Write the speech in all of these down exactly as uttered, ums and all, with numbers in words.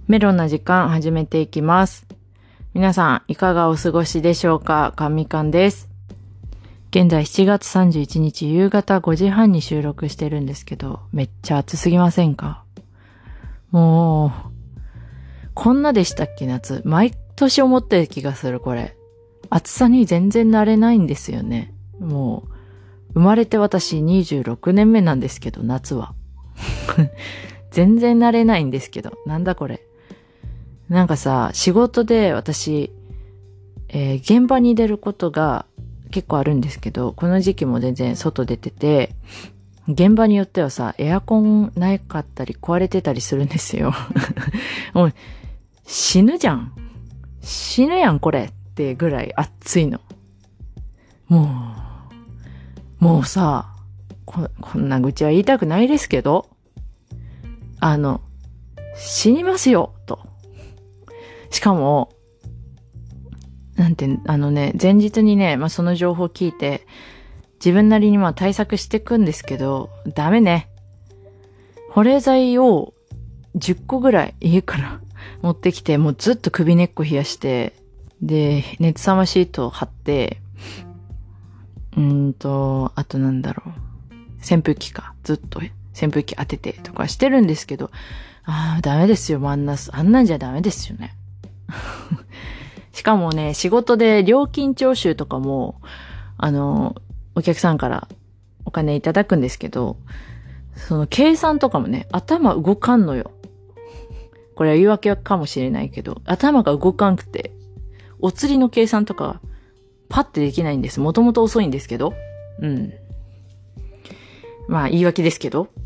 メロンな時間始めていきます。皆さんいかがお過ごしでしょうか。かみかんです。現在しちがつさんじゅういちにち夕方ごじはんに収録してるんですけど、めっちゃ暑すぎませんか？もう、こんなでしたっけ夏。毎年思ってる気がするこれ。暑さに全然慣れないんですよね。もう、生まれて私にじゅうろくねんめなんですけど、夏は。全然慣れないんですけど、なんだこれ。なんかさ、仕事で私、えー、現場に出ることが結構あるんですけど、この時期も全然外出てて、現場によってはさ、エアコンなかったり壊れてたりするんですよ。もう死ぬじゃん。死ぬやんこれってぐらい暑いの。もう、もうさ、こ、こんな愚痴は言いたくないですけど、あの、死にますよ、と。しかも、なんて、あのね、前日にね、まあ、その情報を聞いて、自分なりにまあ対策していくんですけど、ダメね。保冷剤をじゅっこぐらい家から持ってきて、もうずっと首根っこ冷やして、で、熱さまシートを貼って、うーんと、あとなんだろう。扇風機か。ずっと扇風機当ててとかしてるんですけど、ああ、ダメですよ、あんな、あんなんじゃダメですよね。しかもね、仕事で料金徴収とかも、あの、お客さんからお金いただくんですけど、その計算とかもね、頭動かんのよ。これは言い訳かもしれないけど、頭が動かんくて、お釣りの計算とか、パッてできないんです。もともと遅いんですけど。うん。まあ、言い訳ですけど。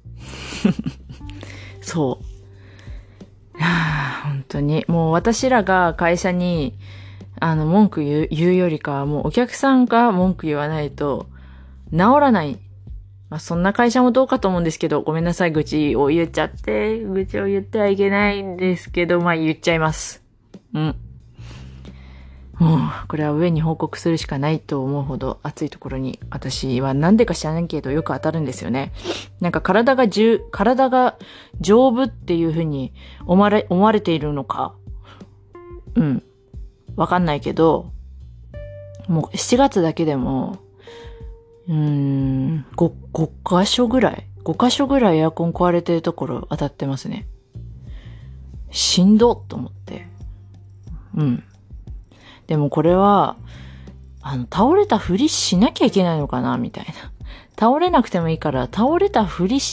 そう。はあ、本当に。もう私らが会社に、あの、文句言う、言うよりかは、もうお客さんが文句言わないと、治らない。まあ、そんな会社もどうかと思うんですけど、ごめんなさい、愚痴を言っちゃって、愚痴を言ってはいけないんですけど、まあ、言っちゃいます。うん。もう、これは上に報告するしかないと思うほど暑いところに、私はなんでか知らないけどよく当たるんですよね。なんか体がじゅ、体が丈夫っていうふうに思われ、思われているのか。うん。わかんないけど、もうしちがつだけでも、うーん、ご、ご箇所ぐらい ?ご 箇所ぐらいエアコン壊れてるところ当たってますね。しんどっと思って。うん。でもこれは、あの、倒れたふりしなきゃいけないのかなみたいな。倒れなくてもいいから、倒れたふりして、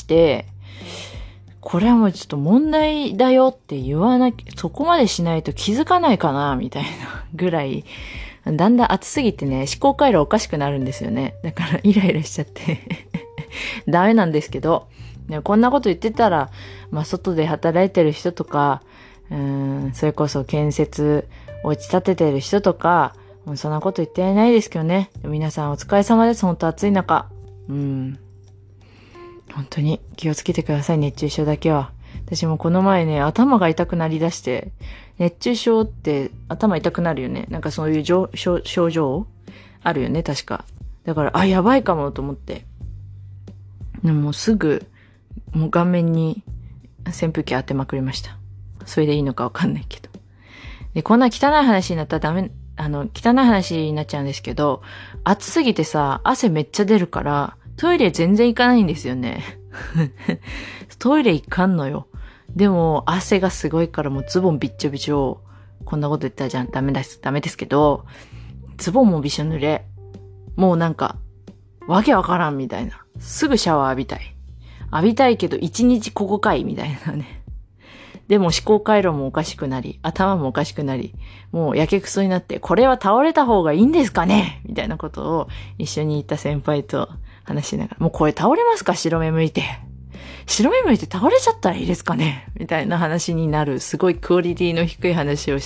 これはもうちょっと問題だよって言わなきゃ、そこまでしないと気づかないかなみたいなぐらい、だんだん暑すぎてね、思考回路おかしくなるんですよね。だからイライラしちゃってダメなんですけど、でもこんなこと言ってたら、まあ、外で働いてる人とか、うーん、それこそ建設、お家建ててる人とか、もうそんなこと言ってないですけどね。皆さんお疲れ様です。本当暑い中。うん。本当に気をつけてください。熱中症だけは。私もこの前ね、頭が痛くなりだして、熱中症って頭痛くなるよね。なんかそういう症症状あるよね、確か。だから、あ、やばいかもと思って。でもすぐ、もう顔面に扇風機当てまくりました。それでいいのかわかんないけど。で、こんな汚い話になったらダメ、あの、汚い話になっちゃうんですけど、暑すぎてさ、汗めっちゃ出るから、トイレ全然行かないんですよね。トイレ行かんのよ。でも、汗がすごいからもうズボンびっちょびちょ。こんなこと言ったらじゃん、ダメです、ダメですけど、ズボンもびしょ濡れ。もうなんか、わけわからんみたいな。すぐシャワー浴びたい。浴びたいけど一日ここかいみたいなね。でも思考回路もおかしくなり、頭もおかしくなり、もうやけくそになって、これは倒れた方がいいんですかねみたいなことを一緒に行った先輩と話しながら、もうこれ倒れますか白目向いて。白目向いて倒れちゃったらいいですかねみたいな話になる、すごいクオリティの低い話をして、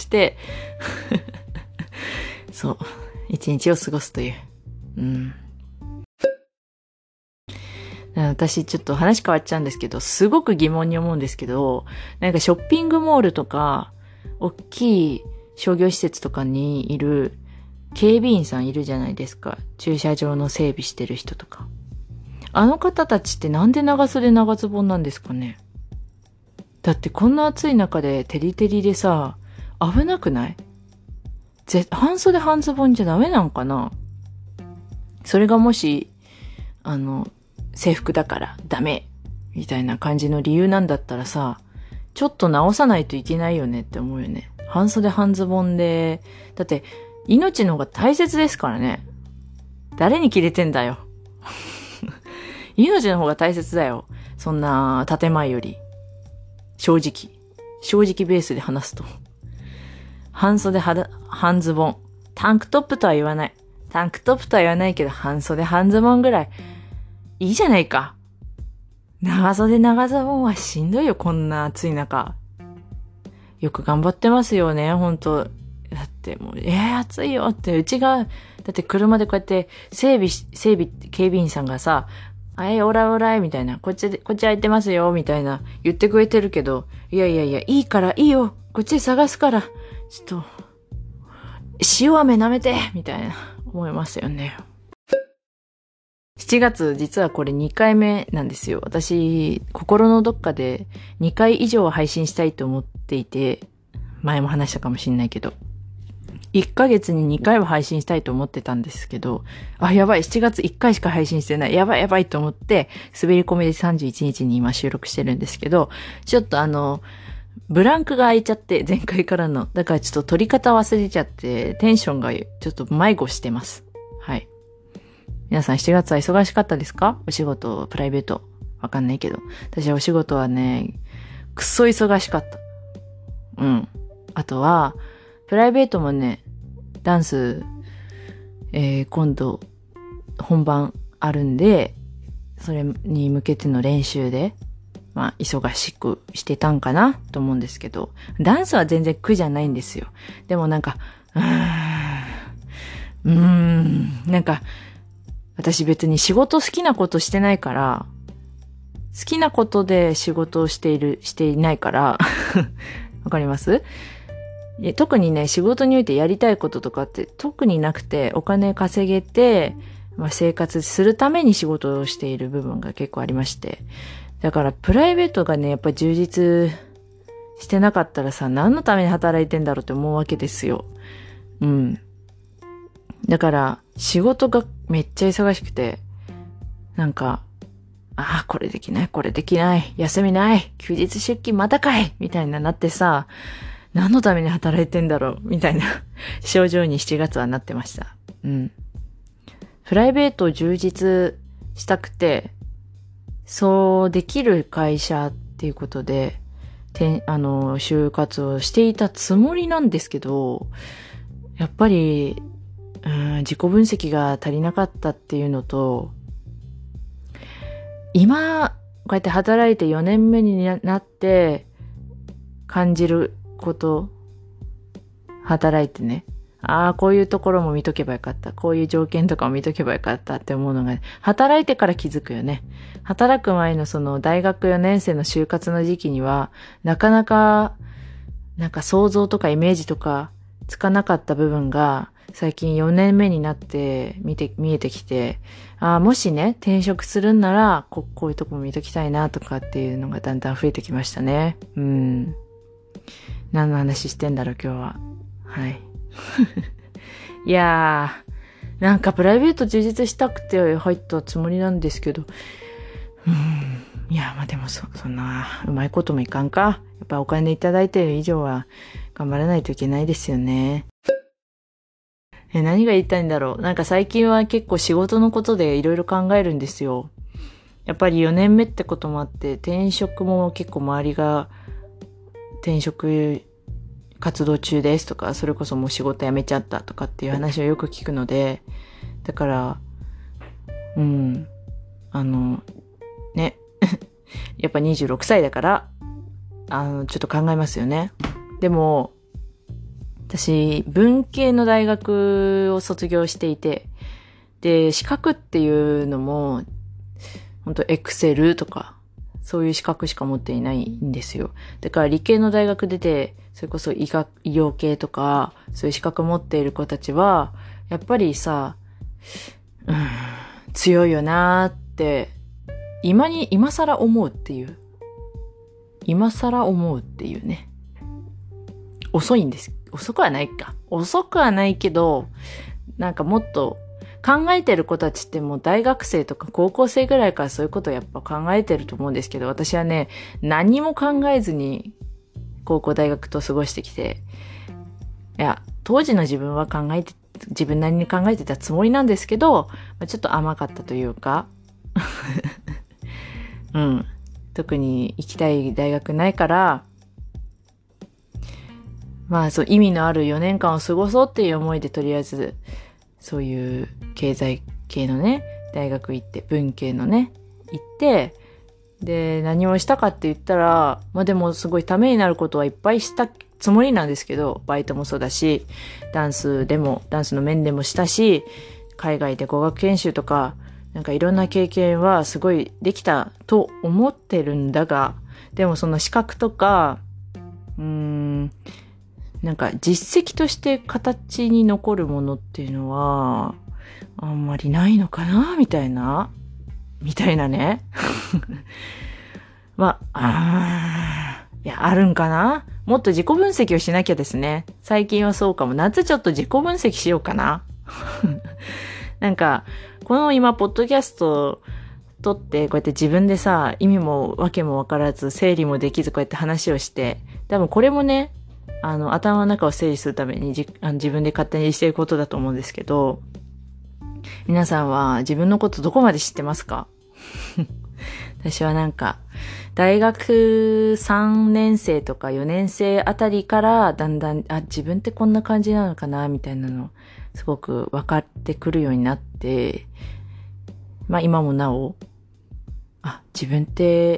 そう、一日を過ごすという。うん。私ちょっと話変わっちゃうんですけど、すごく疑問に思うんですけど、なんかショッピングモールとか、大きい商業施設とかにいる警備員さんいるじゃないですか。駐車場の整備してる人とか。あの方たちってなんで長袖長ズボンなんですかね？ だってこんな暑い中でテリテリでさ、危なくない？ぜ、半袖半ズボンじゃダメなんかな？それがもし、あの、制服だからダメみたいな感じの理由なんだったらさ、ちょっと直さないといけないよねって思うよね。半袖半ズボンで、だって命の方が大切ですからね。誰にキレてんだよ。命の方が大切だよ。そんな建前より。正直。正直ベースで話すと。半袖半ズボン。タンクトップとは言わない。タンクトップとは言わないけど、半袖半ズボンぐらい。いいじゃないか。長袖長ズボンはしんどいよ、こんな暑い中。よく頑張ってますよね、ほんと。だってもう、えー、暑いよって、うちが、だって車でこうやって整備し、整備って警備員さんがさ、はい、オラオラみたいな、こっちで、こっち空いてますよ、みたいな言ってくれてるけど、いやいやいや、いいから、いいよ、こっちで探すから、ちょっと、塩飴舐めてみたいな、思いますよね。しちがつ、実はこれにかいめなんですよ。私、心のどっかでにかい以上は配信したいと思っていて、前も話したかもしれないけど、いっかげつににかいは配信したいと思ってたんですけど、あ、やばい、しちがついっかいしか配信してない。やばいやばいと思って、滑り込みでさんじゅういちにちに今収録してるんですけど、ちょっとあの、ブランクが空いちゃって、前回からの。だからちょっと撮り方忘れちゃって、テンションがちょっと迷子してます。はい。皆さんしちがつは忙しかったですか？お仕事、プライベート。わかんないけど。私はお仕事はね、くっそ忙しかった。うん。あとは、プライベートもね、ダンス、えー、今度、本番あるんで、それに向けての練習で、まあ、忙しくしてたんかなと思うんですけど、ダンスは全然苦じゃないんですよ。でもなんか、うーん、うーん、なんか、私別に仕事好きなことしてないから、好きなことで仕事をしている、していないから、わかります？特にね、仕事においてやりたいこととかって特になくて、お金稼げて、まあ、生活するために仕事をしている部分が結構ありまして。だからプライベートがね、やっぱり充実してなかったらさ、何のために働いてんだろうって思うわけですよ。うん。だから仕事がめっちゃ忙しくて、なんか、ああ、これできない、これできない、休みない、休日出勤またかいみたいななってさ、何のために働いてんだろうみたいな症状にしちがつはなってました。うん。プライベートを充実したくて、そうできる会社っていうことで、てあの、就活をしていたつもりなんですけど、やっぱり、うん、自己分析が足りなかったっていうのと、今、こうやって働いてよねんめになって感じること、働いてね、ああ、こういうところも見とけばよかった。こういう条件とかも見とけばよかったって思うのが、働いてから気づくよね。働く前のその大学よねん生の就活の時期には、なかなか、なんか想像とかイメージとかつかなかった部分が、最近よねんめになって見て、見えてきて、ああ、もしね、転職するんなら、こ、こういうとこも見ときたいなとかっていうのがだんだん増えてきましたね。うん。何の話してんだろう、今日は。はい。いやー、なんかプライベート充実したくて入ったつもりなんですけど、うーん、いや、まあでもそ、そんな、うまいこともいかんか。やっぱお金いただいてる以上は頑張らないといけないですよね。え、何が言いたいんだろう。なんか最近は結構仕事のことでいろいろ考えるんですよ。やっぱりよねんめってこともあって、転職も結構周りが転職活動中ですとか、それこそもう仕事辞めちゃったとかっていう話をよく聞くので、だから、うん、あの、ね、やっぱにじゅうろくさいだから、あの、ちょっと考えますよね。でも、私、文系の大学を卒業していて、で、資格っていうのも、本当エクセルとか、そういう資格しか持っていないんですよ。だから理系の大学出て、それこそ医学、医療系とか、そういう資格持っている子たちは、やっぱりさ、うん、強いよなーって、今に、今更思うっていう。 今更思うっていうね。遅いんです。遅くはないか。遅くはないけど、なんかもっと考えてる子たちってもう大学生とか高校生ぐらいからそういうことをやっぱ考えてると思うんですけど、私はね、何も考えずに高校大学と過ごしてきて、いや、当時の自分は考えて、自分なりに考えてたつもりなんですけど、ちょっと甘かったというか、うん。特に行きたい大学ないから、まあそう意味のあるよねんかんを過ごそうっていう思いでとりあえず、そういう経済系のね、大学行って、文系のね、行って、で、何をしたかって言ったら、まあでもすごいためになることはいっぱいしたつもりなんですけど、バイトもそうだし、ダンスでも、ダンスの面でもしたし、海外で語学研修とか、なんかいろんな経験はすごいできたと思ってるんだが、でもその資格とか、うーん、なんか実績として形に残るものっていうのは、あんまりないのかなみたいな。みたいなね。まあ、あーいや、あるんかなもっと自己分析をしなきゃですね。最近はそうかも。夏ちょっと自己分析しようかな。なんか、この今、ポッドキャスト撮って、こうやって自分でさ、意味もわけもわからず、整理もできず、こうやって話をして、多分これもね、あの、頭の中を整理するためにじあの自分で勝手にしていることだと思うんですけど、皆さんは自分のことどこまで知ってますか？私はなんか、大学さんねん生とかよねん生あたりからだんだん、あ、自分ってこんな感じなのかなみたいなの、すごく分かってくるようになって、まあ今もなお、あ、自分って、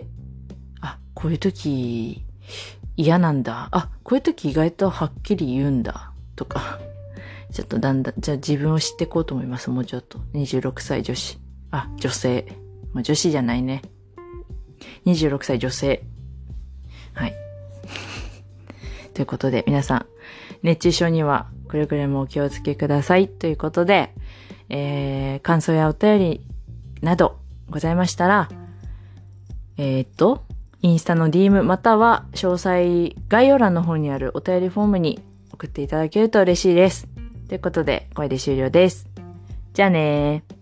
あ、こういう時嫌なんだ。あ、こういう時意外とはっきり言うんだ。とか。ちょっとだんだん、じゃあ自分を知っていこうと思います。もうちょっと。にじゅうろくさい女子。あ、女性。もう女子じゃないね。にじゅうろくさい女性。はい。ということで、皆さん、熱中症にはくれぐれもお気をつけください。ということで、えー、感想やお便りなどございましたら、えー、っと、インスタの ディーエム または詳細概要欄の方にあるお便りフォームに送っていただけると嬉しいです。ということで、これで終了です。じゃあねー。